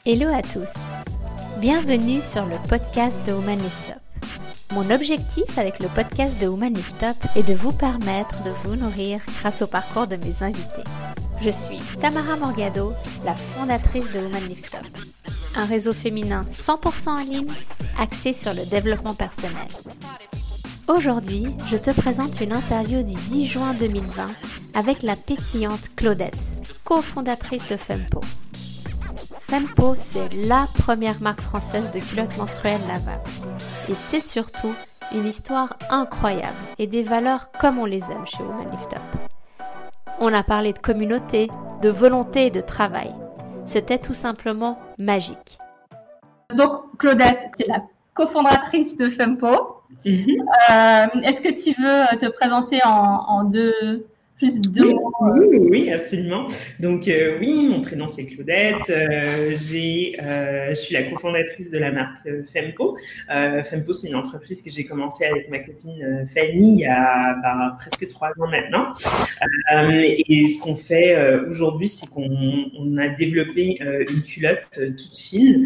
Hello à tous, bienvenue sur le podcast de Women Lift Up. Mon objectif avec le podcast de Women Lift Up est de vous permettre de vous nourrir grâce au parcours de mes invités. Je suis Tamara Morgado, la fondatrice de Women Lift Up, un réseau féminin 100% en ligne axé sur le développement personnel. Aujourd'hui, je te présente une interview du 10 juin 2020 avec la pétillante Claudette, cofondatrice de Fempo. Fempo, c'est la première marque française de culottes menstruelles lavables. Et c'est surtout une histoire incroyable et des valeurs comme on les aime chez Women Lift Up. On a parlé de communauté, de volonté et de travail. C'était tout simplement magique. Donc, Claudette, c'est la cofondatrice de Fempo. Est-ce que tu veux te présenter en deux mots? Oui, absolument. Donc, oui, mon prénom, c'est Claudette. Je suis la cofondatrice de la marque Fempo. Fempo, c'est une entreprise que j'ai commencée avec ma copine Fanny il y a presque 3 ans maintenant. Et ce qu'on fait aujourd'hui, c'est qu'on a développé une culotte toute fine,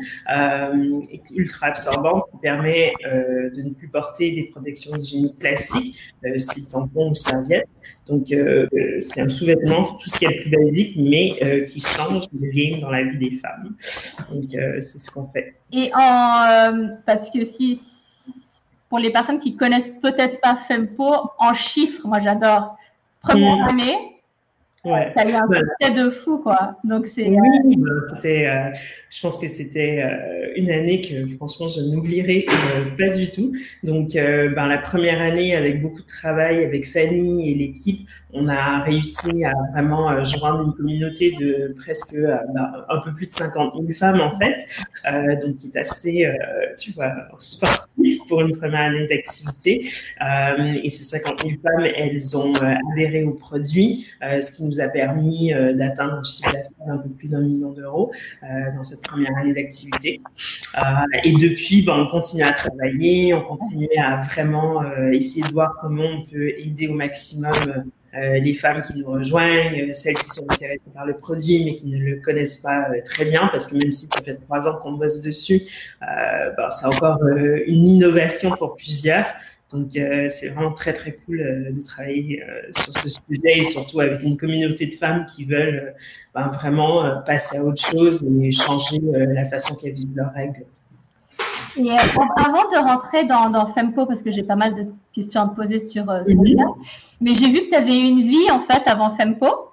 ultra absorbante, qui permet de ne plus porter des protections hygiéniques classiques, style tampon ou serviette. Donc, c'est un sous-vêtement, c'est tout ce qui est le plus basique, mais qui change le game dans la vie des femmes. Donc, c'est ce qu'on fait. Et parce que pour les personnes qui connaissent peut-être pas Fempo, en chiffres, moi j'adore. Première année, ouais. Ça a eu un succès de fou, quoi. Donc, c'est. Oui, je pense que c'était une année que, franchement, je n'oublierai pas du tout. Donc, la première année, avec beaucoup de travail, avec Fanny et l'équipe, on a réussi à vraiment joindre une communauté de presque un peu plus de 50 000 femmes, en fait. Donc, qui est assez, sportif pour une première année d'activité. Et ces 50 000 femmes, elles ont adhéré au produit, ce qui nous a permis d'atteindre un chiffre d'affaires un peu plus d'1 million d'euros dans cette première année d'activité. Et depuis, on continue à travailler, on continue à vraiment essayer de voir comment on peut aider au maximum les femmes qui nous rejoignent, celles qui sont intéressées par le produit mais qui ne le connaissent pas très bien, parce que même si ça fait 3 ans qu'on bosse dessus, c'est encore une innovation pour plusieurs. Donc, c'est vraiment très, très cool de travailler sur ce sujet, et surtout avec une communauté de femmes qui veulent vraiment passer à autre chose et changer la façon qu'elles vivent leurs règles. Et avant de rentrer dans Fempo, parce que j'ai pas mal de questions à te poser sur ça, mais j'ai vu que tu avais une vie, en fait, avant Fempo.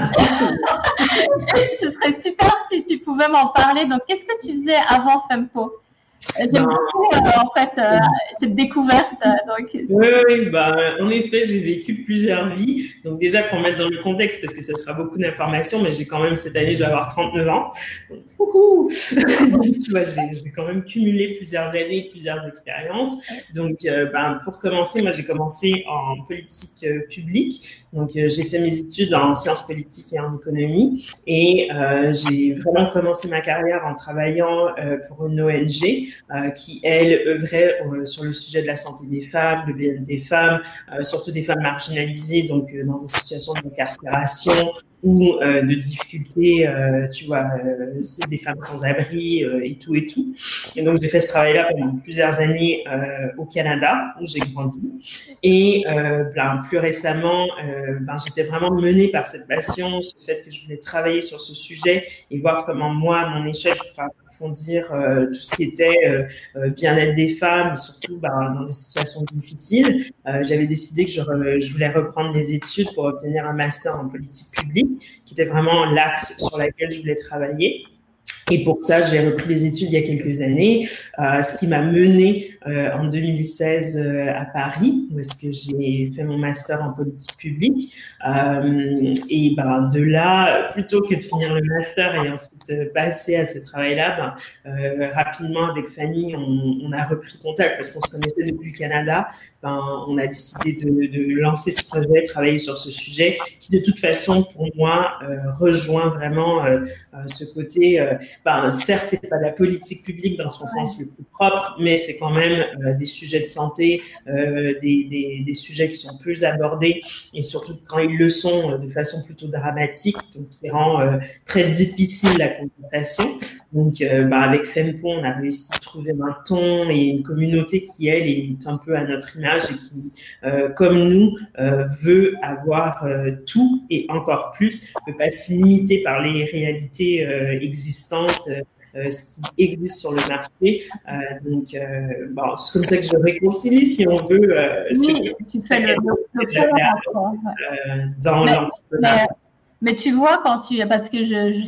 Ce serait super si tu pouvais m'en parler. Donc, qu'est-ce que tu faisais avant Fempo? J'aime beaucoup, en fait, cette découverte. Oui, en effet, j'ai vécu plusieurs vies. Donc, déjà, pour mettre dans le contexte, parce que ça sera beaucoup d'informations, mais j'ai quand même, cette année, je vais avoir 39 ans. Donc, tu vois, j'ai quand même cumulé plusieurs années, plusieurs expériences. Donc, pour commencer, moi, j'ai commencé en politique publique. Donc, j'ai fait mes études en sciences politiques et en économie. Et j'ai vraiment commencé ma carrière en travaillant pour une ONG qui, elle, œuvrait sur le sujet de la santé des femmes, le bien-être des femmes, surtout des femmes marginalisées, donc dans des situations d'incarcération ou de difficultés, c'est des femmes sans abri et tout. Et donc, j'ai fait ce travail-là pendant plusieurs années au Canada, où j'ai grandi. Et plus récemment, j'étais vraiment menée par cette passion, ce fait que je voulais travailler sur ce sujet et voir comment moi, à mon échelle, je pourrais approfondir tout ce qui était bien-être des femmes, et surtout dans des situations difficiles. J'avais décidé que je voulais reprendre les études pour obtenir un master en politique publique, qui était vraiment l'axe sur lequel je voulais travailler. Et pour ça, j'ai repris les études il y a quelques années, ce qui m'a menée en 2016 à Paris, où est-ce que j'ai fait mon master en politique publique. Et de là, plutôt que de finir le master et ensuite passer à ce travail-là, rapidement avec Fanny, on a repris contact parce qu'on se connaissait depuis le Canada. On a décidé de lancer ce projet, travailler sur ce sujet qui, de toute façon, pour moi, rejoint vraiment ce côté. Certes, c'est pas de la politique publique dans son sens le plus propre, mais c'est quand même même des sujets de santé, des sujets qui sont plus abordés et surtout quand ils le sont de façon plutôt dramatique, donc qui rend très difficile la conversation. Donc, avec Fempo, on a réussi à trouver un ton et une communauté qui, elle, est un peu à notre image et qui, comme nous, veut avoir tout et encore plus, ne peut pas se limiter par les réalités existantes, ce qui existe sur le marché. C'est comme ça que je réconcilie, si on veut. Oui, tu fais le dans l'entrepreneuriat. Mais tu vois, parce que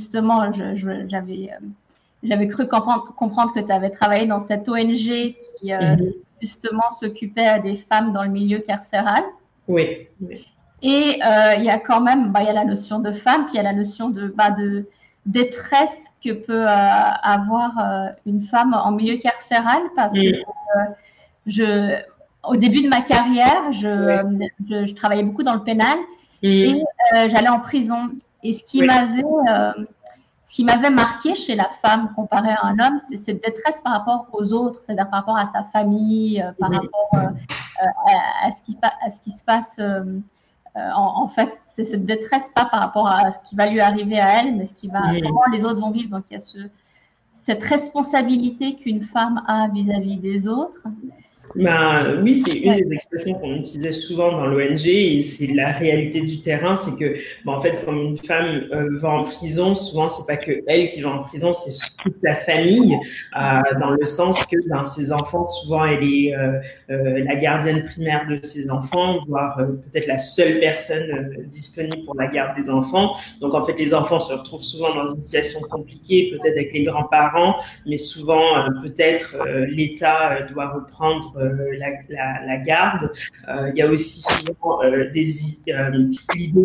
j'avais cru comprendre que tu avais travaillé dans cette ONG qui justement s'occupait des femmes dans le milieu carcéral. Oui. Et il y a quand même, il y a la notion de femme, puis il y a la notion de détresse que peut avoir une femme en milieu carcéral, parce que au début de ma carrière, je travaillais beaucoup dans le pénal et j'allais en prison. Et ce qui m'avait marqué chez la femme comparée à un homme, c'est cette détresse par rapport aux autres, c'est-à-dire par rapport à sa famille, par rapport à ce qui se passe. En fait, c'est cette détresse pas par rapport à ce qui va lui arriver à elle, mais comment les autres vont vivre. Donc, il y a cette responsabilité qu'une femme a vis-à-vis des autres. Oui, c'est une des expressions qu'on utilisait souvent dans l'ONG et c'est la réalité du terrain, c'est que, en fait, quand une femme va en prison, souvent, c'est pas que elle qui va en prison, c'est toute la famille, dans le sens que, ses enfants, souvent, elle est la gardienne primaire de ses enfants, voire peut-être la seule personne disponible pour la garde des enfants. Donc, en fait, les enfants se retrouvent souvent dans une situation compliquée, peut-être avec les grands-parents, mais souvent, peut-être, l'État doit reprendre la garde. Il y a aussi souvent l'idée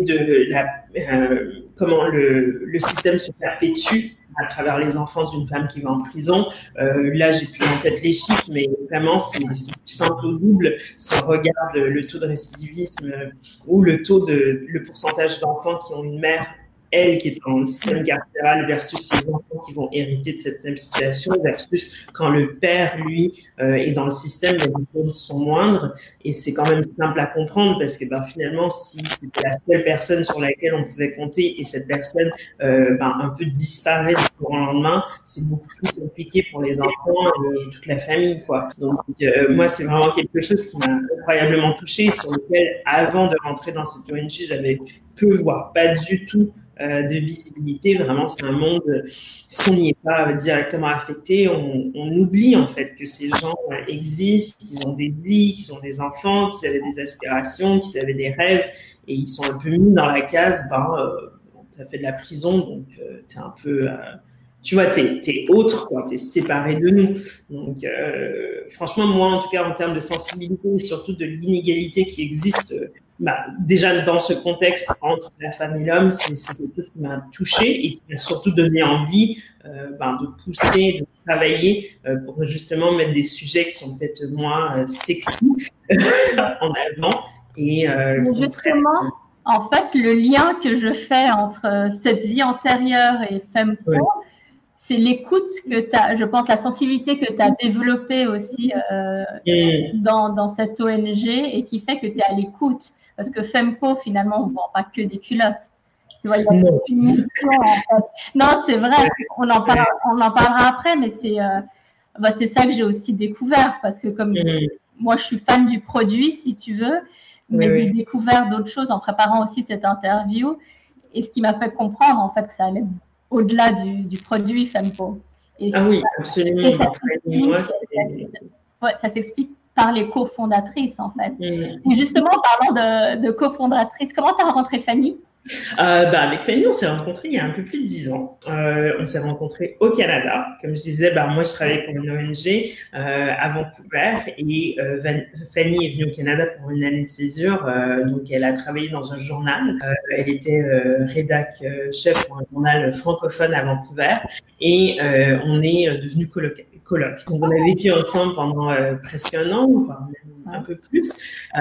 de comment le système se perpétue à travers les enfants d'une femme qui va en prison. Là, j'ai plus en tête les chiffres, mais vraiment, c'est plus simple au double. Si on regarde le taux de récidivisme ou le pourcentage d'enfants qui ont une mère, elle qui est dans le système carcéral, versus ses enfants qui vont hériter de cette même situation, versus quand le père, lui, est dans le système, les retours sont moindres. Et c'est quand même simple à comprendre parce que finalement, si c'était la seule personne sur laquelle on pouvait compter et cette personne un peu disparaît du jour au lendemain, c'est beaucoup plus compliqué pour les enfants et toute la famille, quoi. Donc, moi, c'est vraiment quelque chose qui m'a incroyablement touchée, sur lequel, avant de rentrer dans cette ONG, j'avais peu, voire pas du tout de visibilité. Vraiment, c'est un monde, si on n'y est pas directement affecté, on oublie en fait que ces gens existent, qu'ils ont des vies, qu'ils ont des enfants, qu'ils avaient des aspirations, qu'ils avaient des rêves, et ils sont un peu mis dans la case, tu as fait de la prison, donc t'es un peu... tu vois, t'es autre, quoi, t'es séparé de nous. Donc, franchement, moi, en tout cas, en termes de sensibilité et surtout de l'inégalité qui existe, déjà dans ce contexte entre la femme et l'homme, c'est quelque chose qui m'a touchée et qui m'a surtout donné envie de pousser, de travailler pour justement mettre des sujets qui sont peut-être moins sexy en avant. Et justement, en fait, le lien que je fais entre cette vie antérieure et Fempo, c'est l'écoute que tu as, je pense, la sensibilité que tu as développée aussi dans cette ONG et qui fait que tu es à l'écoute. Parce que Fempo, finalement, on ne vend pas que des culottes. Tu vois, il y a une mission, en fait. Non, c'est vrai, on en parlera après, mais c'est ça que j'ai aussi découvert. Parce que comme moi, je suis fan du produit, si tu veux, mais j'ai découvert d'autres choses en préparant aussi cette interview. Et ce qui m'a fait comprendre, en fait, que ça allait au-delà du produit Fempo. Oui, absolument. Ça s'explique par les cofondatrices, en fait. Et justement, parlant de cofondatrices, comment tu as rencontré Fanny? Avec Fanny, on s'est rencontrés il y a un peu plus de 10 ans. On s'est rencontrés au Canada. Comme je disais, moi, je travaillais pour une ONG à Vancouver et Fanny est venue au Canada pour une année de césure. Donc, elle a travaillé dans un journal. Elle était rédac chef pour un journal francophone à Vancouver et on est devenus coloc. Donc, on a vécu ensemble pendant presque un an, un peu plus.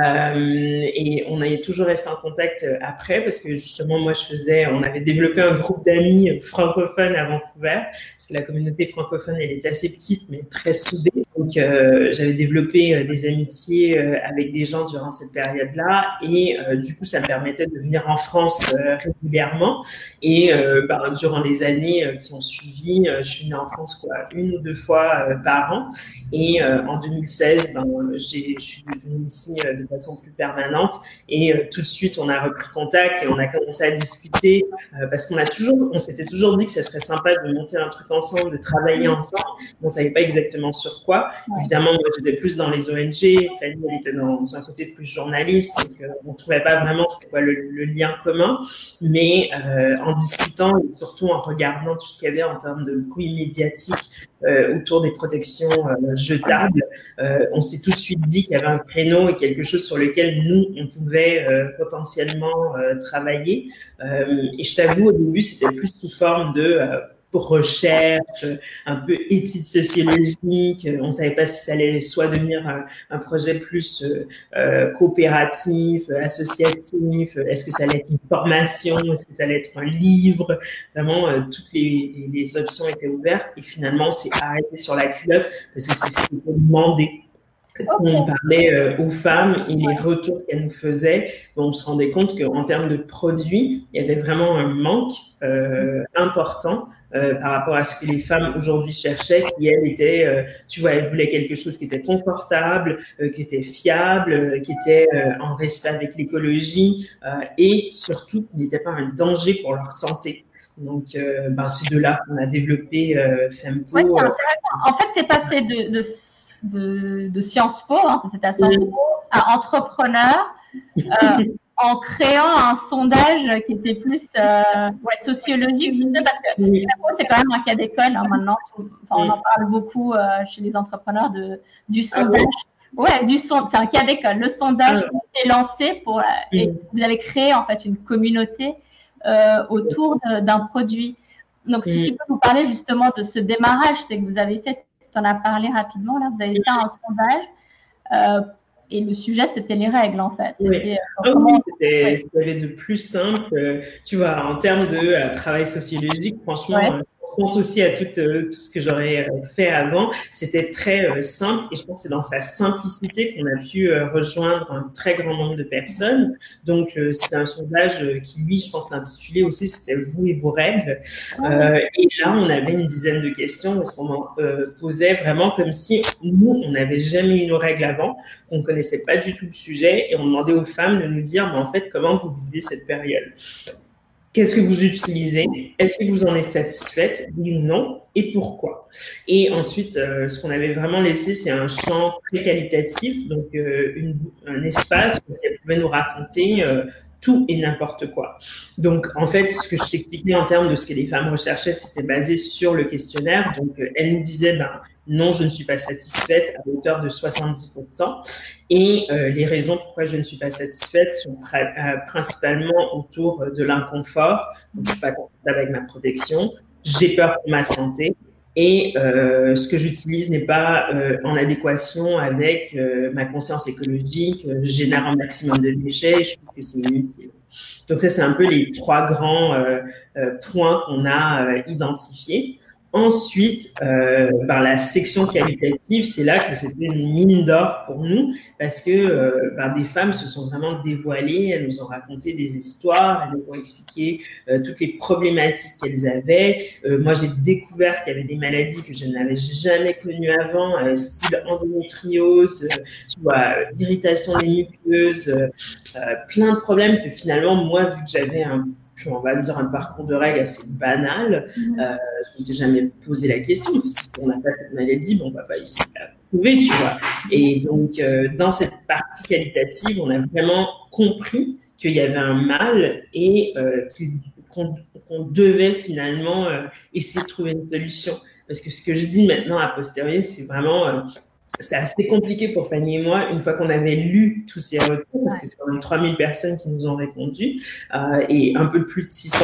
Et on est toujours resté en contact après parce que justement, moi, on avait développé un groupe d'amis francophones à Vancouver parce que la communauté francophone, elle était assez petite, mais très soudée. Donc, j'avais développé des amitiés avec des gens durant cette période-là et du coup, ça me permettait de venir en France régulièrement. Et durant les années qui ont suivi, je suis venue en France 1 ou 2 fois par an. Et en 2016, je suis devenue ici de façon plus permanente. Et tout de suite, on a repris contact et on a commencé à discuter parce on s'était toujours dit que ça serait sympa de monter un truc ensemble, de travailler ensemble. On savait pas exactement sur quoi. Ouais. Évidemment, moi, j'étais plus dans les ONG. Fanny, elle était dans un côté plus journaliste. Donc, on trouvait pas vraiment c'était quoi le lien commun. Mais en discutant et surtout en regardant tout ce qu'il y avait en termes de bruit médiatique autour des protections jetables, on s'est tout de suite dit qu'il y avait un créneau et quelque chose sur lequel nous, on pouvait potentiellement travailler. Et je t'avoue, au début, c'était plus sous forme de recherche, un peu études sociologiques. On ne savait pas si ça allait soit devenir un projet plus coopératif, associatif, est-ce que ça allait être une formation, est-ce que ça allait être un livre. Vraiment, toutes les options étaient ouvertes et finalement, on s'est arrêté sur la culotte parce que c'est ce qui était demandé. On parlait aux femmes et les retours qu'elles nous faisaient, on se rendait compte qu'en termes de produits, il y avait vraiment un manque important par rapport à ce que les femmes aujourd'hui cherchaient, qui elles étaient, elles voulaient quelque chose qui était confortable, qui était fiable, qui était en respect avec l'écologie et surtout qui n'était pas un danger pour leur santé. Donc, c'est de là qu'on a développé Fempo. Oui, c'est intéressant. En fait, tu es passé de Sciences Po, c'était à Sciences Po, à entrepreneur, en créant un sondage qui était plus sociologique, parce que c'est quand même un cas d'école maintenant. On en parle beaucoup chez les entrepreneurs du sondage. C'est un cas d'école. Le sondage est lancé et vous avez créé en fait une communauté autour d'un produit. Donc, si tu peux nous parler justement de ce démarrage, c'est que vous avez fait. Tu en as parlé rapidement, là, vous avez fait un sondage et le sujet, c'était les règles, en fait. C'était ce qu'il y avait de plus simple. Tu vois, en termes de travail sociologique, franchement, je pense aussi à tout ce que j'aurais fait avant. C'était très simple et je pense que c'est dans sa simplicité qu'on a pu rejoindre un très grand nombre de personnes. Donc, c'était un sondage qui, lui, je pense, l'intitulé aussi, c'était « Vous et vos règles ». Et là, on avait une dizaine de questions parce qu'on posait vraiment comme si nous, on n'avait jamais eu nos règles avant, qu'on ne connaissait pas du tout le sujet et on demandait aux femmes de nous dire en fait, comment vous vivez cette période. Qu'est-ce que vous utilisez? Est-ce que vous en êtes satisfaite? Oui ou non? Et pourquoi? Et ensuite, ce qu'on avait vraiment laissé, c'est un champ très qualitatif, donc un espace où elles pouvaient nous raconter tout et n'importe quoi. Donc, en fait, ce que je t'expliquais en termes de ce que les femmes recherchaient, c'était basé sur le questionnaire. Donc, elles nous disaient, non, je ne suis pas satisfaite à hauteur de 70%. Et les raisons pourquoi je ne suis pas satisfaite sont principalement autour de l'inconfort. Donc, je ne suis pas confortable avec ma protection. J'ai peur pour ma santé. Et ce que j'utilise n'est pas en adéquation avec ma conscience écologique. Je génère un maximum de déchets et je trouve que c'est inutile. Donc, ça, c'est un peu les 3 grands points qu'on a identifiés. Ensuite, la section qualitative, c'est là que c'était une mine d'or pour nous parce que des femmes se sont vraiment dévoilées, elles nous ont raconté des histoires, elles nous ont expliqué toutes les problématiques qu'elles avaient. Moi, j'ai découvert qu'il y avait des maladies que je n'avais jamais connues avant, style endométriose, irritation des muqueuses, plein de problèmes que finalement, moi, vu que j'avais on va dire un parcours de règles assez banal. Je ne m'étais jamais posé la question parce que si on n'a pas cette maladie, on ne va pas ici la trouver, tu vois. Et donc, dans cette partie qualitative, on a vraiment compris qu'il y avait un mal et qu'on devait finalement essayer de trouver une solution. Parce que ce que je dis maintenant a posteriori, c'est vraiment... C'était assez compliqué pour Fanny et moi, une fois qu'on avait lu tous ces retours, parce que c'est quand même 3000 personnes qui nous ont répondu, et un peu plus de 600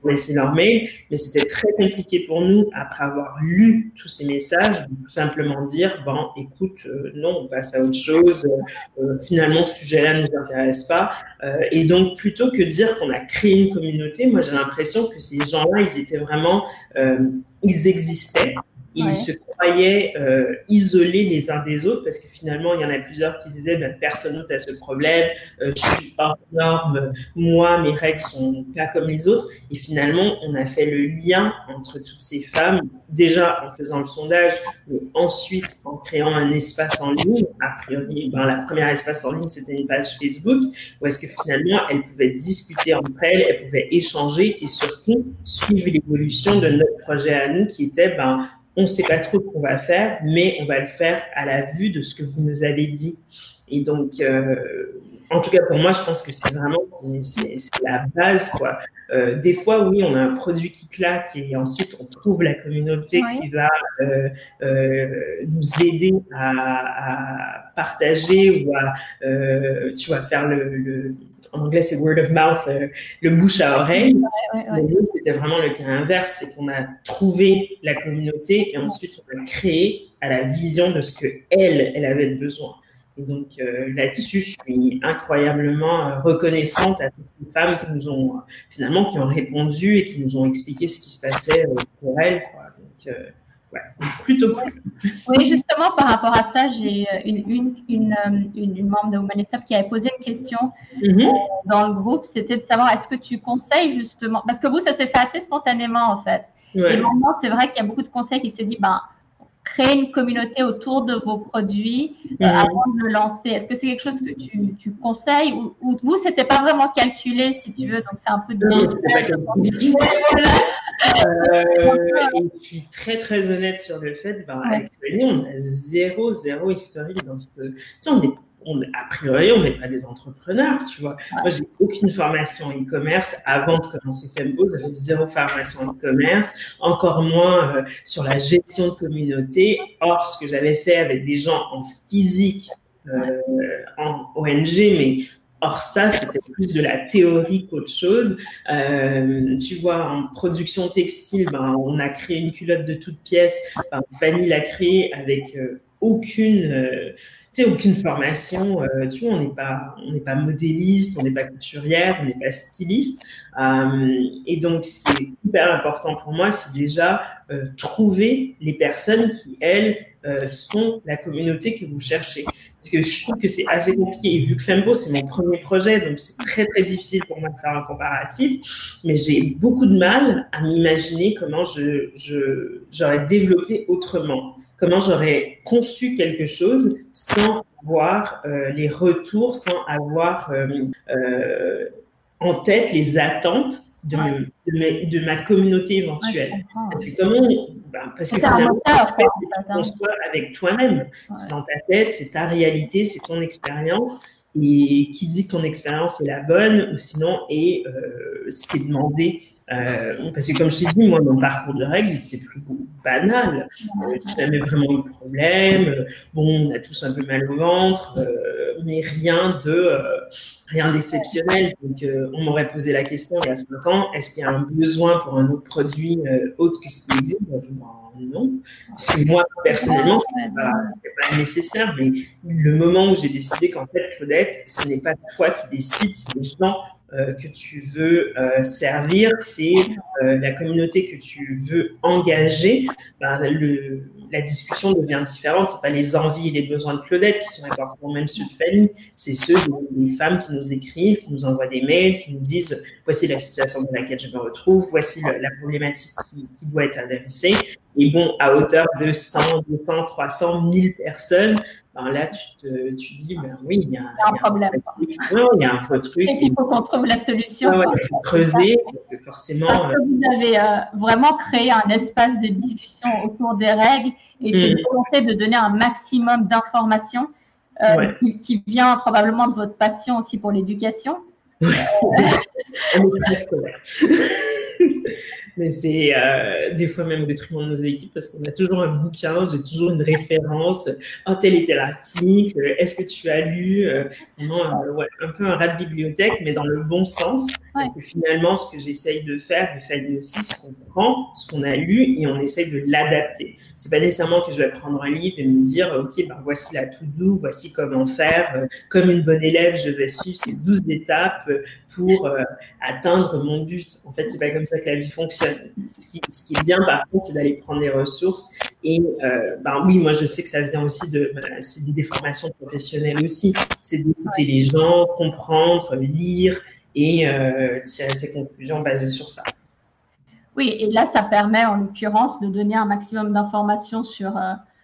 pour laisser leur mail, mais c'était très compliqué pour nous, après avoir lu tous ces messages, de tout simplement dire, bon, écoute, non, on passe à autre chose, finalement, ce sujet-là ne nous intéresse pas. Et donc, plutôt que de dire qu'on a créé une communauté, moi, j'ai l'impression que ces gens-là, ils étaient vraiment, ils existaient. Et ils se croyaient isolés les uns des autres parce que finalement, il y en a plusieurs qui disaient personne d'autre a ce problème, je suis hors norme, moi, mes règles sont pas comme les autres. Et finalement, on a fait le lien entre toutes ces femmes, déjà en faisant le sondage, mais ensuite en créant un espace en ligne. A priori, la première espace en ligne, c'était une page Facebook où est-ce que finalement, elles pouvaient discuter entre elles, elles pouvaient échanger et surtout suivre l'évolution de notre projet à nous qui était on ne sait pas trop ce qu'on va faire, mais on va le faire à la vue de ce que vous nous avez dit. Et donc, en tout cas, pour moi, je pense que c'est vraiment c'est la base, quoi. Des fois, oui, on a un produit qui claque et ensuite, on trouve la communauté qui va nous aider à partager ou à, faire en anglais, c'est word of mouth, le bouche à oreille. Mais nous, c'était vraiment le cas inverse, c'est qu'on a trouvé la communauté et ensuite on a créé à la vision de ce que elle avait besoin. Et donc là-dessus, je suis incroyablement reconnaissante à toutes les femmes qui nous ont qui ont répondu et qui nous ont expliqué ce qui se passait pour elles, quoi. Donc plutôt cool. Oui, justement, par rapport à ça, j'ai une membre de Womanist Up qui avait posé une question dans le groupe, c'était de savoir est-ce que tu conseilles justement, parce que vous, ça s'est fait assez spontanément en fait. Et maintenant, c'est vrai qu'il y a beaucoup de conseils qui se disent, créer une communauté autour de vos produits avant de le lancer. Est-ce que c'est quelque chose que tu conseilles ou vous, c'était pas vraiment calculé, si tu veux, donc c'est un peu de... Non, c'était pas calculé. Et je suis très, très honnête sur le fait, actuellement, on a zéro historique dans ce que... Tu sais, a priori, on n'est pas des entrepreneurs, tu vois. Moi, j'ai aucune formation en e-commerce. Avant de commencer Fempo, j'avais zéro formation en e-commerce, encore moins sur la gestion de communauté. Or, ce que j'avais fait avec des gens en physique, en ONG, mais or ça, c'était plus de la théorie qu'autre chose. Tu vois, en production textile, on a créé une culotte de toutes pièces. Fanny l'a créée avec aucune formation, tu vois, on n'est pas modéliste, on n'est pas couturière, on n'est pas styliste. Et donc, ce qui est hyper important pour moi, c'est déjà trouver les personnes qui, elles, sont la communauté que vous cherchez. Parce que je trouve que c'est assez compliqué. Et vu que Fempo, c'est mon premier projet, donc c'est très, très difficile pour moi de faire un comparatif. Mais j'ai beaucoup de mal à m'imaginer comment j'aurais développé autrement. Comment j'aurais conçu quelque chose sans avoir les retours, sans avoir en tête les attentes de ma communauté éventuelle. Parce que finalement, tu construis avec toi-même. C'est dans ta tête, c'est ta réalité, c'est ton expérience. Et qui dit que ton expérience est la bonne ou sinon est ce qui est demandé. Parce que comme je t'ai dit, moi, mon parcours de règles, il était plus banal. J'ai jamais vraiment eu de problème. On a tous un peu mal au ventre, mais rien d'exceptionnel. Donc, on m'aurait posé la question il y a 5 ans, est-ce qu'il y a un besoin pour un autre produit autre que ce qui existe? Non. Parce que moi, personnellement, c'était pas nécessaire, mais le moment où j'ai décidé qu'en fait, Claudette, ce n'est pas toi qui décides, c'est les gens que tu veux servir, c'est la communauté que tu veux engager, la discussion devient différente. C'est pas les envies et les besoins de Claudette qui sont importants, même ceux de Fanny. C'est ceux des femmes qui nous écrivent, qui nous envoient des mails, qui nous disent voici la situation dans laquelle je me retrouve, voici la problématique qui doit être adressée. Et bon, à hauteur de 100, 200, 300, 1000 personnes, là, tu dis, oui, il y a un problème. Il y a un faux truc. Et il faut qu'on trouve la solution. Il faut creuser, parce que forcément... Parce que vous avez vraiment créé un espace de discussion autour des règles et c'est une volonté de donner un maximum d'informations qui vient probablement de votre passion aussi pour l'éducation. Mais c'est des fois même au détriment de nos équipes parce qu'on a toujours un bouquin, j'ai toujours une référence, tel était l'article, est-ce que tu as lu vraiment un peu un rat de bibliothèque, mais dans le bon sens. Ouais. Donc, finalement, ce que j'essaye de faire, et Fanny aussi, c'est qu'on prend ce qu'on a lu et on essaye de l'adapter. C'est pas nécessairement que je vais prendre un livre et me dire, ok, voici la to-do, voici comment faire. Comme une bonne élève, je vais suivre ces 12 étapes pour atteindre mon but. En fait, c'est pas comme ça que la vie fonctionne. Ce qui est bien, par contre, c'est d'aller prendre des ressources. Et oui, moi, je sais que ça vient aussi c'est des formations professionnelles aussi. C'est d'écouter les gens, comprendre, lire et tirer ses conclusions basées sur ça. Oui, et là, ça permet en l'occurrence de donner un maximum d'informations sur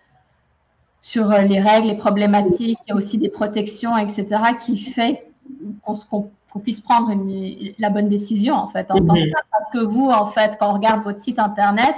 les règles, les problématiques, il y a aussi des protections, etc., qui fait qu'on puisse prendre la bonne décision, en fait, en tant que ça. Parce que vous, en fait, quand on regarde votre site Internet,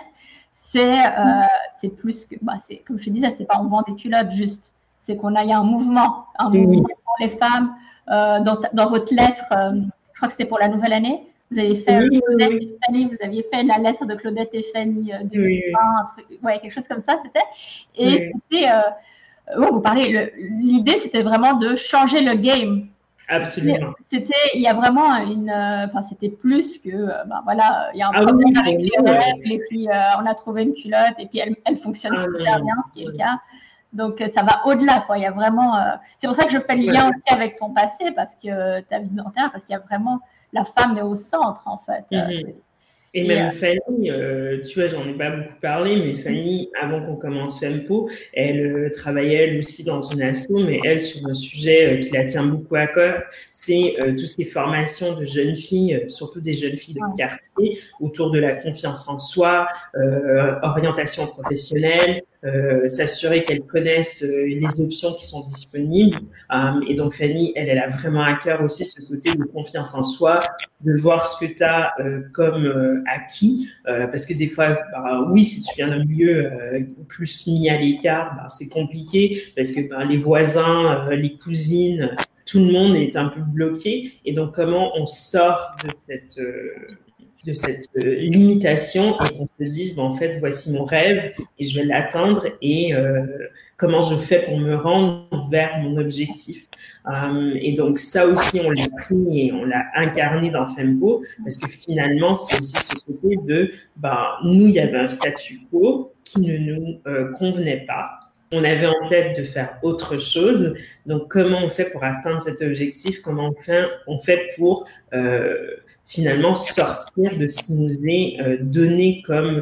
c'est plus que, comme je te disais, c'est pas on vend des culottes juste. C'est il y a un mouvement pour les femmes. Dans votre lettre, je crois que c'était pour la nouvelle année, vous avez fait Claudette et Fanny, vous aviez fait la lettre de Claudette et Fanny 2020, quelque chose comme ça, c'était. Et c'était, vous parlez, l'idée, c'était vraiment de changer le game. Absolument. Il y a vraiment c'était plus que, il y a un problème avec les règles, et puis on a trouvé une culotte, et puis elle fonctionne super bien, ce qui est le cas. Donc, ça va au-delà, quoi. Il y a vraiment, c'est pour ça que je fais le lien aussi avec ton passé, parce que ta vie dentaire, parce qu'il y a vraiment, la femme est au centre, en fait. Et même Fanny, tu vois, j'en ai pas beaucoup parlé, mais Fanny, avant qu'on commence Fempo, elle travaillait elle aussi dans une asso, mais elle, sur un sujet qui la tient beaucoup à cœur, c'est tout ce qui est formation de jeunes filles, surtout des jeunes filles de quartier, autour de la confiance en soi, orientation professionnelle, s'assurer qu'elles connaissent les options qui sont disponibles. Et donc, Fanny, elle a vraiment à cœur aussi ce côté de confiance en soi, de voir ce que tu as comme acquis. Parce que des fois, oui, si tu viens d'un milieu plus mis à l'écart, c'est compliqué parce que les voisins, les cousines, tout le monde est un peu bloqué. Et donc, comment on sort de cette limitation et qu'on se dise, en fait, voici mon rêve et je vais l'atteindre et comment je fais pour me rendre vers mon objectif. Et donc, ça aussi, on l'a pris et on l'a incarné dans Fempo parce que finalement, c'est aussi ce côté de, nous, il y avait un statu quo qui ne nous convenait pas. On avait en tête de faire autre chose. Donc, comment on fait pour atteindre cet objectif? Comment on fait pour finalement sortir de ce qui nous est donné comme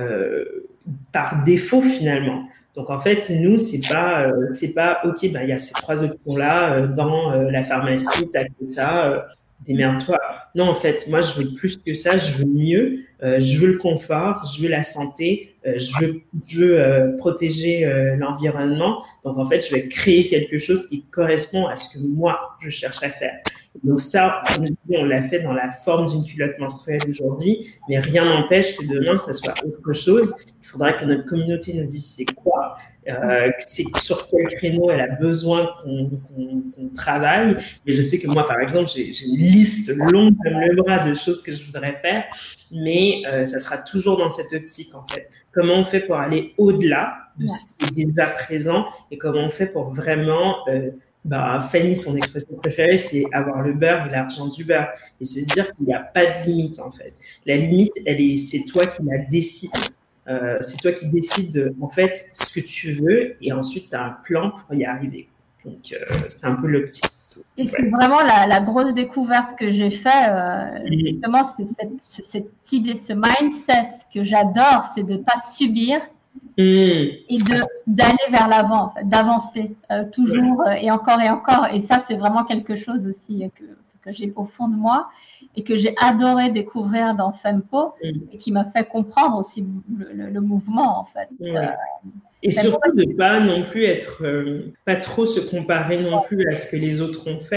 par défaut finalement. Donc, en fait, nous, c'est pas OK, il y a ces 3 options-là dans la pharmacie, t'as que ça, démerde-toi. Non, en fait, moi, je veux plus que ça, je veux mieux, je veux le confort, je veux la santé, je veux protéger l'environnement. Donc, en fait, je vais créer quelque chose qui correspond à ce que moi, je cherche à faire. Donc ça, comme je disais, on l'a fait dans la forme d'une culotte menstruelle aujourd'hui, mais rien n'empêche que demain, ça soit autre chose. Il faudra que notre communauté nous dise c'est quoi, c'est sur quel créneau elle a besoin qu'on travaille. Mais je sais que moi, par exemple, j'ai une liste longue comme le bras de choses que je voudrais faire, mais ça sera toujours dans cette optique, en fait. Comment on fait pour aller au-delà de ce qui est déjà présent et comment on fait pour vraiment... Fanny, son expression préférée, c'est avoir le beurre et l'argent du beurre. Et se dire qu'il n'y a pas de limite, en fait. La limite, c'est toi qui la décides. C'est toi qui décides, en fait, ce que tu veux. Et ensuite, tu as un plan pour y arriver. Donc, c'est un peu l'optique. Et c'est vraiment la grosse découverte que j'ai fait. Justement, c'est cette idée, ce mindset que j'adore, c'est de ne pas subir. Et d'aller vers l'avant, en fait, d'avancer toujours et encore et encore. Et ça, c'est vraiment quelque chose aussi que j'ai au fond de moi et que j'ai adoré découvrir dans Fempo et qui m'a fait comprendre aussi le mouvement, en fait. Et surtout de pas non plus être, pas trop se comparer non plus à ce que les autres ont fait,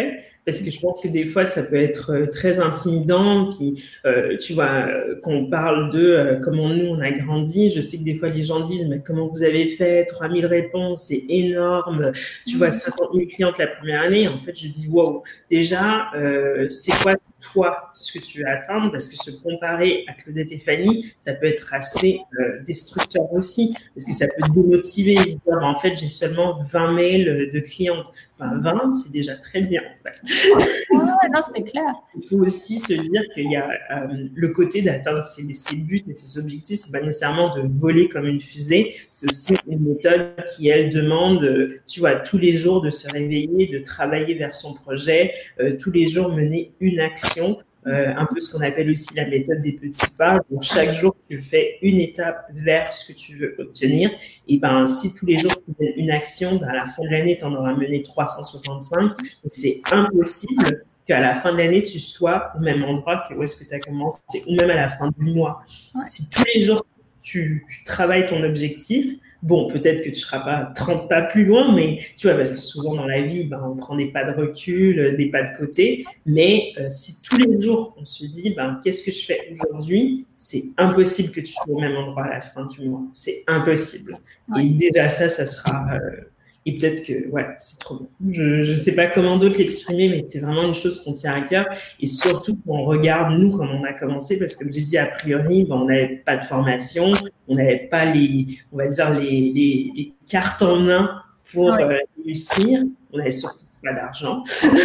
parce que je pense que des fois, ça peut être très intimidant. Puis, tu vois, quand on parle de comment nous, on a grandi, je sais que des fois, les gens disent, mais comment vous avez fait 3000 réponses, c'est énorme. Tu vois, 50 000 clientes la première année. En fait, je dis, wow, déjà, c'est quoi toi ce que tu veux atteindre, parce que se comparer à Claudette et Fanny, ça peut être assez destructeur aussi, parce que ça peut démotiver, dire, en fait, j'ai seulement 20 mails de clientes. Enfin, 20, c'est déjà très bien, en fait. Non, c'est clair. Il faut aussi se dire qu'il y a le côté d'atteindre ses buts et ses objectifs, c'est pas nécessairement de voler comme une fusée, c'est aussi une méthode qui, elle, demande, tu vois, tous les jours de se réveiller, de travailler vers son projet, tous les jours mener une action, un peu ce qu'on appelle aussi la méthode des petits pas. Donc, chaque jour, tu fais une étape vers ce que tu veux obtenir. Et ben, si tous les jours, tu fais une action, ben, à la fin de l'année, tu en auras mené 365. Et c'est impossible qu'à la fin de l'année, tu sois au même endroit que où est-ce que tu as commencé, ou même à la fin du mois. Ouais. Si tous les jours, tu travailles ton objectif, bon, peut-être que tu ne seras pas 30 pas plus loin, mais tu vois, parce que souvent dans la vie, ben, on prend des pas de recul, des pas de côté, mais si tous les jours, on se dit, ben, qu'est-ce que je fais aujourd'hui, c'est impossible que tu sois au même endroit à la fin du mois. C'est impossible. Ouais. Et déjà ça sera... et peut-être que, ouais, c'est trop bon. Je sais pas comment d'autres l'exprimer, mais c'est vraiment une chose qu'on tient à cœur. Et surtout, quand on regarde, nous, quand on a commencé, parce que comme j'ai dit, a priori, ben, on n'avait pas de formation, on n'avait pas on va dire, les cartes en main pour réussir. On n'avait surtout pas d'argent.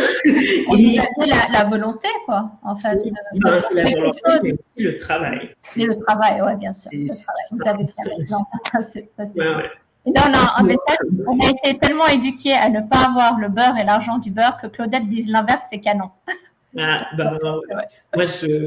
Et la volonté, quoi, en fait. C'est la volonté, mais aussi le travail. C'est le travail, ouais, bien sûr. Le travail. Vous avez fait raison. Ça, c'est ouais. Non, en fait, on a été tellement éduqués à ne pas avoir le beurre et l'argent du beurre que Claudette dise l'inverse, c'est canon. Ah, ben, ouais. Moi,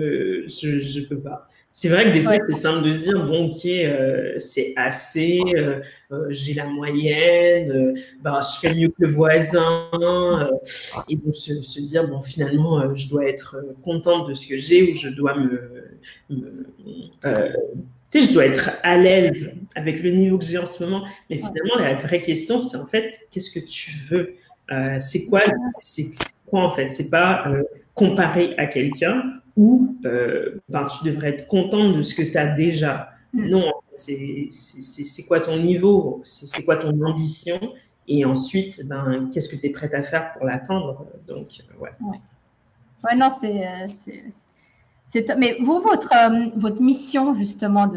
je peux pas. C'est vrai que des fois, c'est simple de se dire, bon, ok, c'est assez, j'ai la moyenne, ben, je fais mieux que le voisin, et donc se dire, bon, finalement, je dois être contente de ce que j'ai, ou je dois je dois être à l'aise avec le niveau que j'ai en ce moment. Mais finalement, la vraie question, c'est en fait, qu'est-ce que tu veux? C'est quoi en fait? C'est pas comparer à quelqu'un ou ben, tu devrais être contente de ce que tu as déjà. Non, c'est quoi ton niveau? C'est quoi ton ambition? Et ensuite, ben, qu'est-ce que tu es prête à faire pour l'atteindre? Donc, ouais. Ouais, non, mais vous, votre mission justement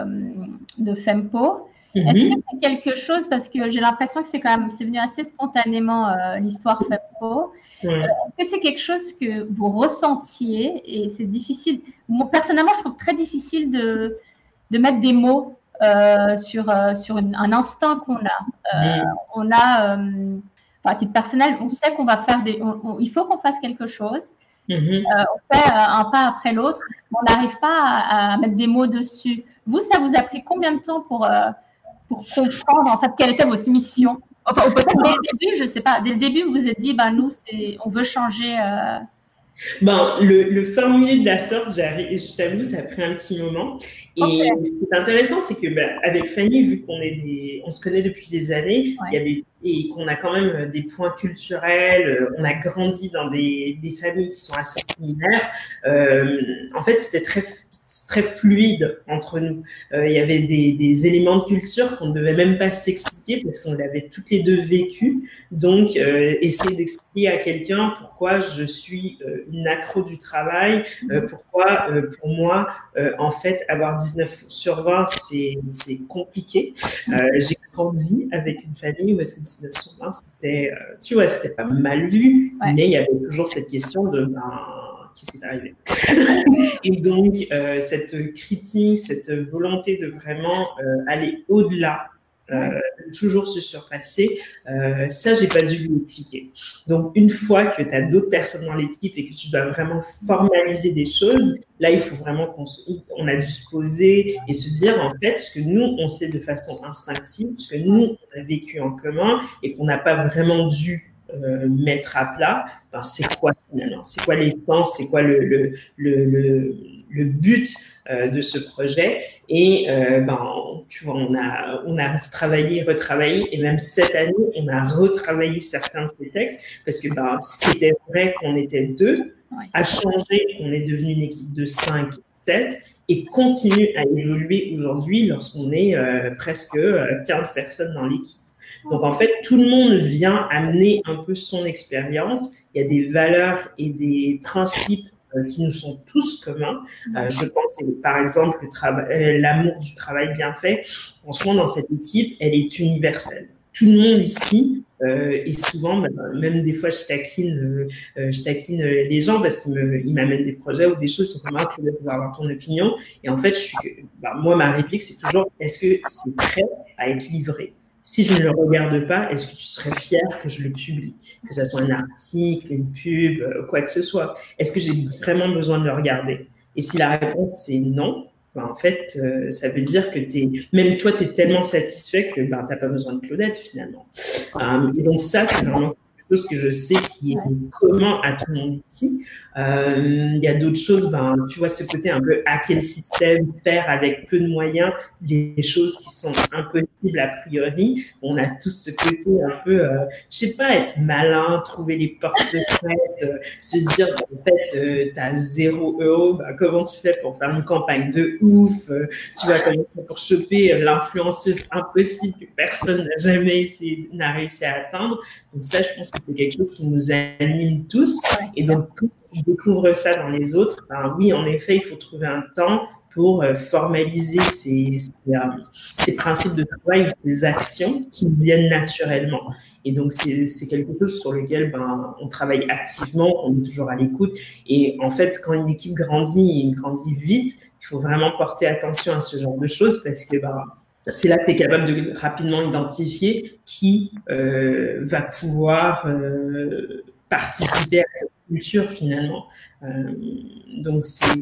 de Fempo, est-ce que c'est quelque chose, parce que j'ai l'impression que c'est venu assez spontanément l'histoire Fempo, est-ce que c'est quelque chose que vous ressentiez et c'est difficile? Moi, personnellement, je trouve très difficile de mettre des mots sur un instinct qu'on a. On a, à titre personnel, on sait qu'on va faire il faut qu'on fasse quelque chose. On fait un pas après l'autre, on n'arrive pas à mettre des mots dessus. Vous, ça vous a pris combien de temps pour comprendre en fait quelle était votre mission? Enfin, peut-être dès le début, je ne sais pas. Dès le début, vous vous êtes dit, ben nous, on veut changer. Ben, le formuler de la sorte, je t'avoue, ça a pris un petit moment. Et ce qui est intéressant, c'est que avec Fanny, vu on se connaît depuis des années, et qu'on a quand même des points culturels, on a grandi dans des familles qui sont assez similaires. En fait, c'était très fluide entre nous. Il y avait des éléments de culture qu'on ne devait même pas s'expliquer parce qu'on l'avait toutes les deux vécu. Donc, essayer d'expliquer à quelqu'un pourquoi je suis une accro du travail, pourquoi, pour moi, en fait, avoir 19/20, c'est compliqué. J'ai grandi avec une famille où est-ce que 19/20, c'était, tu vois, c'était pas mal vu, mais il y avait toujours cette question de qu'est-ce qui est arrivé? Et donc, cette critique, cette volonté de vraiment aller au-delà, toujours se surpasser, ça, j'ai pas dû lui expliquer. Donc, une fois que tu as d'autres personnes dans l'équipe et que tu dois vraiment formaliser des choses, là, il faut vraiment on a dû se poser et se dire, en fait, ce que nous, on sait de façon instinctive, ce que nous, on a vécu en commun et qu'on n'a pas vraiment dû mettre à plat, ben, c'est quoi finalement? C'est quoi l'essence? C'est quoi le but de ce projet. Et tu vois, on a travaillé, retravaillé, et même cette année, on a retravaillé certains de ces textes parce que ce qui était vrai qu'on était 2 a changé. On est devenu une équipe de 5, 7 et continue à évoluer aujourd'hui lorsqu'on est presque 15 personnes dans l'équipe. Donc, en fait, tout le monde vient amener un peu son expérience. Il y a des valeurs et des principes qui nous sont tous communs. Je pense, par exemple, l'amour du travail bien fait. Franchement, dans cette équipe, elle est universelle. Tout le monde ici, et souvent, même des fois, je taquine les gens parce qu'ils m'amènent des projets ou des choses sur comment tu vas avoir ton opinion. Et en fait, moi, ma réplique, c'est toujours, est-ce que c'est prêt à être livré? Si je ne le regarde pas, est-ce que tu serais fier que je le publie? Que ce soit un article, une pub, quoi que ce soit. Est-ce que j'ai vraiment besoin de le regarder? Et si la réponse c'est non, en fait, ça veut dire que même toi, tu es tellement satisfait que tu n'as pas besoin de Claudette finalement. Et donc ça, c'est vraiment quelque chose que je sais qui est commun à tout le monde ici. Il y a d'autres choses, tu vois, ce côté un peu hacker le système, faire avec peu de moyens des choses qui sont impossibles a priori. On a tous ce côté un peu, je sais pas, être malin, trouver les portes secrètes, se dire, en fait, tu as 0 €, comment tu fais pour faire une campagne de ouf, tu vas commencer pour choper l'influenceuse impossible que personne n'a réussi à atteindre. Donc ça, je pense que c'est quelque chose qui nous anime tous. Et donc, on découvre ça dans les autres. Oui, en effet, il faut trouver un temps pour formaliser ces principes de travail, ces actions qui viennent naturellement. Et donc, c'est quelque chose sur lequel on travaille activement, on est toujours à l'écoute. Et en fait, quand une équipe grandit vite, il faut vraiment porter attention à ce genre de choses parce que c'est là que tu es capable de rapidement identifier qui va pouvoir participer à cette culture finalement. Donc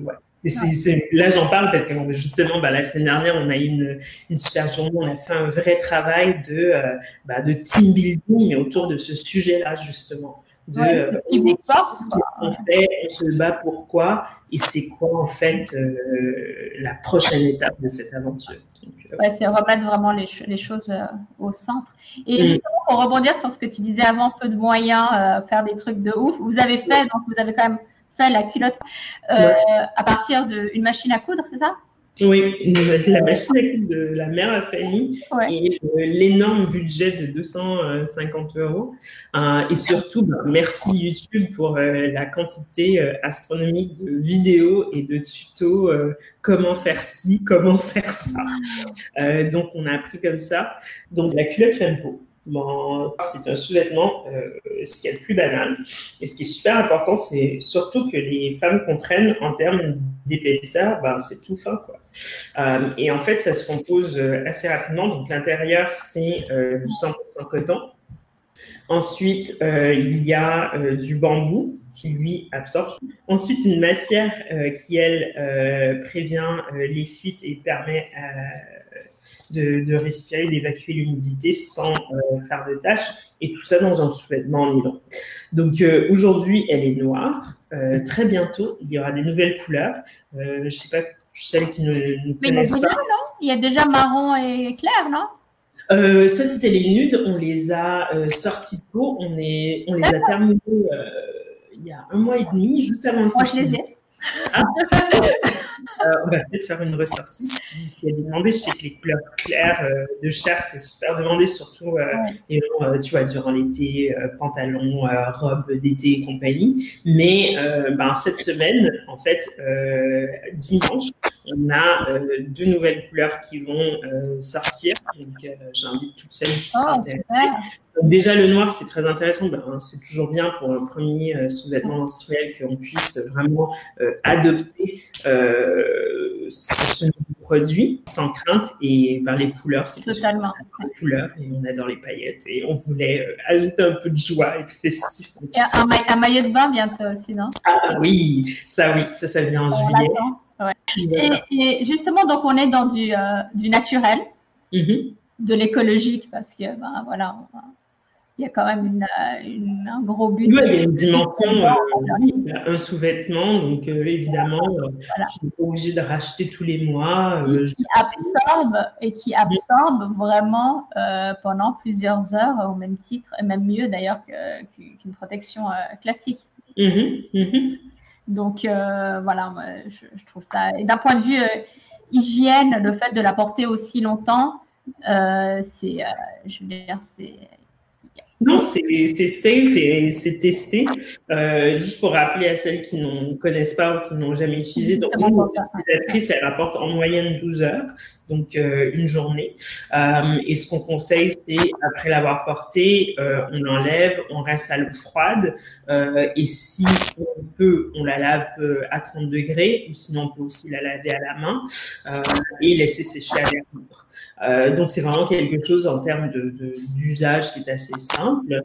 là j'en parle parce que justement la semaine dernière on a eu une super journée, on a fait un vrai travail de team building mais autour de ce sujet-là justement. Qui vous porte. On se bat pourquoi et c'est quoi en fait la prochaine étape de cette aventure. C'est remettre vraiment les choses au centre. Et justement, pour rebondir sur ce que tu disais avant, peu de moyens, faire des trucs de ouf, vous avez quand même fait la culotte à partir d'une machine à coudre, c'est ça? Oui, la machine à coudre de la mère à famille et l'énorme budget de 250 €. Et surtout, merci YouTube pour la quantité astronomique de vidéos et de tutos, comment faire ci, comment faire ça. Donc, on a appris comme ça. Donc, la culotte Fempo. C'est un sous-vêtement, ce qui est le plus banal. Et ce qui est super important, c'est surtout que les femmes comprennent en termes d'épaisseur, c'est tout fin, quoi. Et en fait, ça se compose assez rapidement. Donc, l'intérieur, c'est du 100% coton. Ensuite, il y a du bambou qui, lui, absorbe. Ensuite, une matière qui, elle, prévient les fuites et permet de respirer, d'évacuer l'humidité sans faire de tâches, et tout ça dans un sous-vêtement en nylon. Donc aujourd'hui, elle est noire. Très bientôt, il y aura des nouvelles couleurs. Je ne sais pas, celles qui ne connaissent pas. Non, il y a déjà marron et clair, non? Ça, c'était les nudes. On les a sortis de peau. On les a terminés il y a 1 mois et demi, juste avant le confinement. Moi, je les ai. On va peut-être faire une ressortie ce qui est demandé. Je sais que les couleurs claires de chair c'est super demandé, surtout tu vois, durant l'été, pantalons, robes d'été et compagnie. Mais cette semaine, en fait, dimanche, on a 2 nouvelles couleurs qui vont sortir. Donc, j'invite toutes celles qui sont intéressées. Donc, déjà, le noir, c'est très intéressant. C'est toujours bien pour un premier sous-vêtement menstruel qu'on puisse vraiment adopter ce produit sans crainte. Et les couleurs, c'est totalement les couleurs. Et on adore les paillettes. Et on voulait ajouter un peu de joie et de festif. Et un maillot de bain bientôt aussi, non? Ah oui, ça vient en juillet. Ouais. Et justement, donc on est dans du naturel, de l'écologique, parce que voilà, il y a quand même un gros but. Oui, il y a une dimension, il y a un sous-vêtement, donc évidemment, voilà. Je ne suis pas obligée de racheter tous les mois. Qui absorbe vraiment pendant plusieurs heures au même titre, et même mieux d'ailleurs qu'une protection classique. Donc voilà, moi, je trouve ça. Et d'un point de vue hygiène, le fait de la porter aussi longtemps, je veux dire, c'est. Non, c'est safe et c'est testé. Juste pour rappeler à celles qui ne connaissent pas ou qui n'ont jamais utilisé, donc une utilisatrice, elle rapporte en moyenne 12 heures, donc une journée. Et ce qu'on conseille, c'est après l'avoir portée, on l'enlève, on reste à l'eau froide, et si on peut, on la lave à 30 degrés, ou sinon on peut aussi la laver à la main et laisser sécher à l'air libre. Donc c'est vraiment quelque chose en termes d'usage qui est assez simple.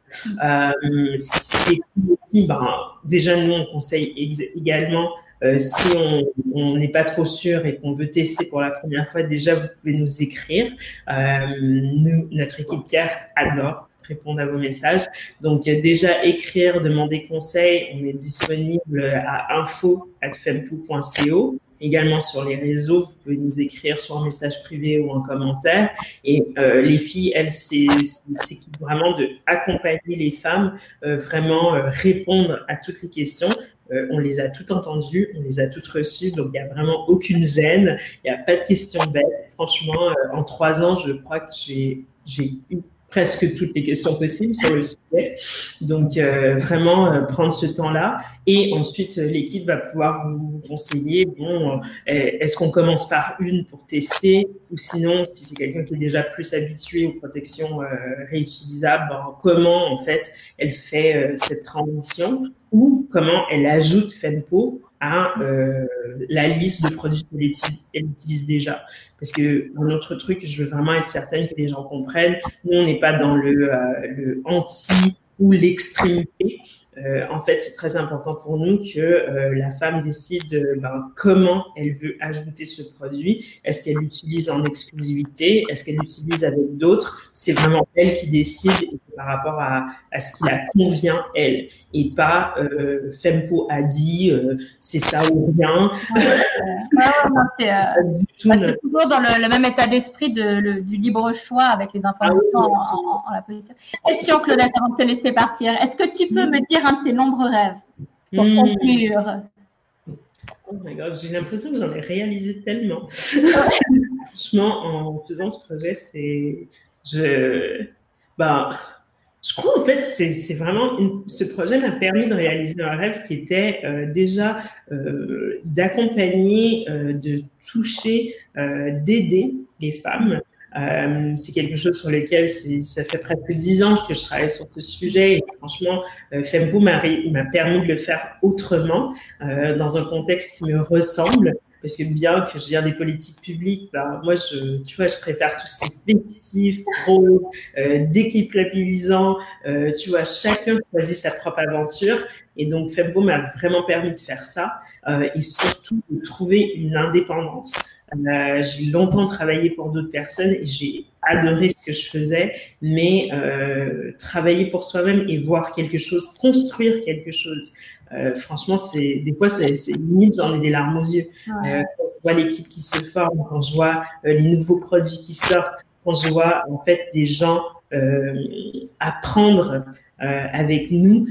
Ce qui est cool aussi, déjà nous on conseille également si on n'est pas trop sûr et qu'on veut tester pour la première fois, déjà vous pouvez nous écrire. Notre équipe Pierre adore répondre à vos messages. Donc déjà écrire, demander conseil, on est disponible à info@fempo.co. Également sur les réseaux, vous pouvez nous écrire soit en message privé ou en commentaire. Et les filles, elles, c'est vraiment d'accompagner les femmes, vraiment répondre à toutes les questions. On les a toutes entendues, on les a toutes reçues, donc il n'y a vraiment aucune gêne, il n'y a pas de questions bêtes. Franchement, en 3 ans, je crois que j'ai eu presque toutes les questions possibles sur le sujet. Donc, vraiment prendre ce temps-là. Et ensuite, l'équipe va pouvoir vous conseiller, est-ce qu'on commence par une pour tester, ou sinon, si c'est quelqu'un qui est déjà plus habitué aux protections réutilisables, comment, en fait, elle fait cette transition, ou comment elle ajoute Fempo à la liste de produits qu'elle utilise déjà. Parce que un autre truc, je veux vraiment être certaine que les gens comprennent, nous, on n'est pas dans le anti ou l'extrémité. En fait, c'est très important pour nous que la femme décide comment elle veut ajouter ce produit. Est-ce qu'elle l'utilise en exclusivité? Est-ce qu'elle l'utilise avec d'autres? C'est vraiment elle qui décide par rapport à ce qui la convient, elle. Et pas Fempo a dit c'est ça ou rien. C'est toujours dans le même état d'esprit du libre choix avec les informations en la position. Question, Claudette, avant de te laisser partir, est-ce que tu peux me dire un de tes nombreux rêves pour conclure? Oh my God, j'ai l'impression que j'en ai réalisé tellement. Franchement, en faisant ce projet, je crois en fait, c'est vraiment ce projet m'a permis de réaliser un rêve qui était déjà d'accompagner, de toucher, d'aider les femmes. C'est quelque chose sur lequel ça fait presque 10 ans que je travaille sur ce sujet et franchement, Fempo m'a permis de le faire autrement, dans un contexte qui me ressemble. Parce que bien que je gère des politiques publiques, moi, tu vois, je préfère tout ce qui est festif, drôle, déculpabilisant. Tu vois, chacun choisit sa propre aventure. Et donc, Fempo m'a vraiment permis de faire ça et surtout de trouver une indépendance. J'ai longtemps travaillé pour d'autres personnes et j'ai adoré ce que je faisais, mais travailler pour soi-même et voir quelque chose, construire quelque chose, franchement, des fois, c'est limite, j'en ai des larmes aux yeux. Ouais. Quand je vois l'équipe qui se forme, quand je vois les nouveaux produits qui sortent, quand je vois en fait des gens apprendre avec nous,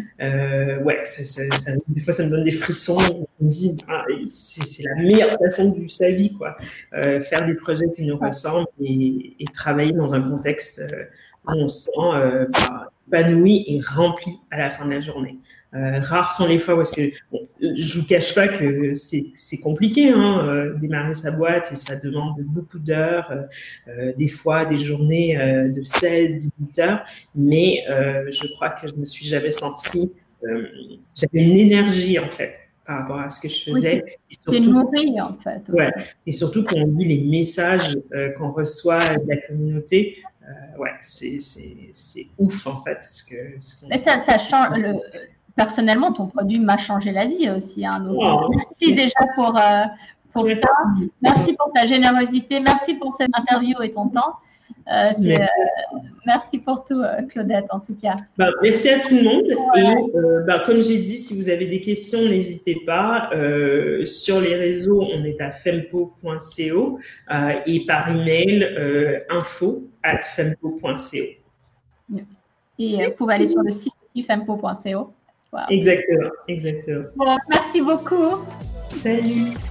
des fois ça me donne des frissons. On me dit c'est la meilleure façon de vivre sa vie, quoi. Faire des projets qui nous ressemblent et travailler dans un contexte où on se sent épanoui et rempli à la fin de la journée. Rares sont les fois où est-ce que je vous cache pas que c'est compliqué, démarrer sa boîte et ça demande beaucoup d'heures, des fois des journées de 16-18 heures, mais je crois que je me suis jamais sentie, j'avais une énergie en fait par rapport à ce que je faisais. C'est nourri en fait. Aussi. Ouais, et surtout quand on lit les messages qu'on reçoit de la communauté, c'est ouf en fait. Mais ça change. Personnellement, ton produit m'a changé la vie aussi. Donc, merci déjà pour ça. Merci pour ta générosité. Merci pour cette interview et ton temps. Merci pour tout, Claudette, en tout cas. Merci à tout le monde. Et comme j'ai dit, si vous avez des questions, n'hésitez pas. Sur les réseaux, on est à fempo.co et par email, info@fempo.co. Et vous pouvez aller sur le site aussi, fempo.co. Wow. Exactement. Bon, merci beaucoup. Salut.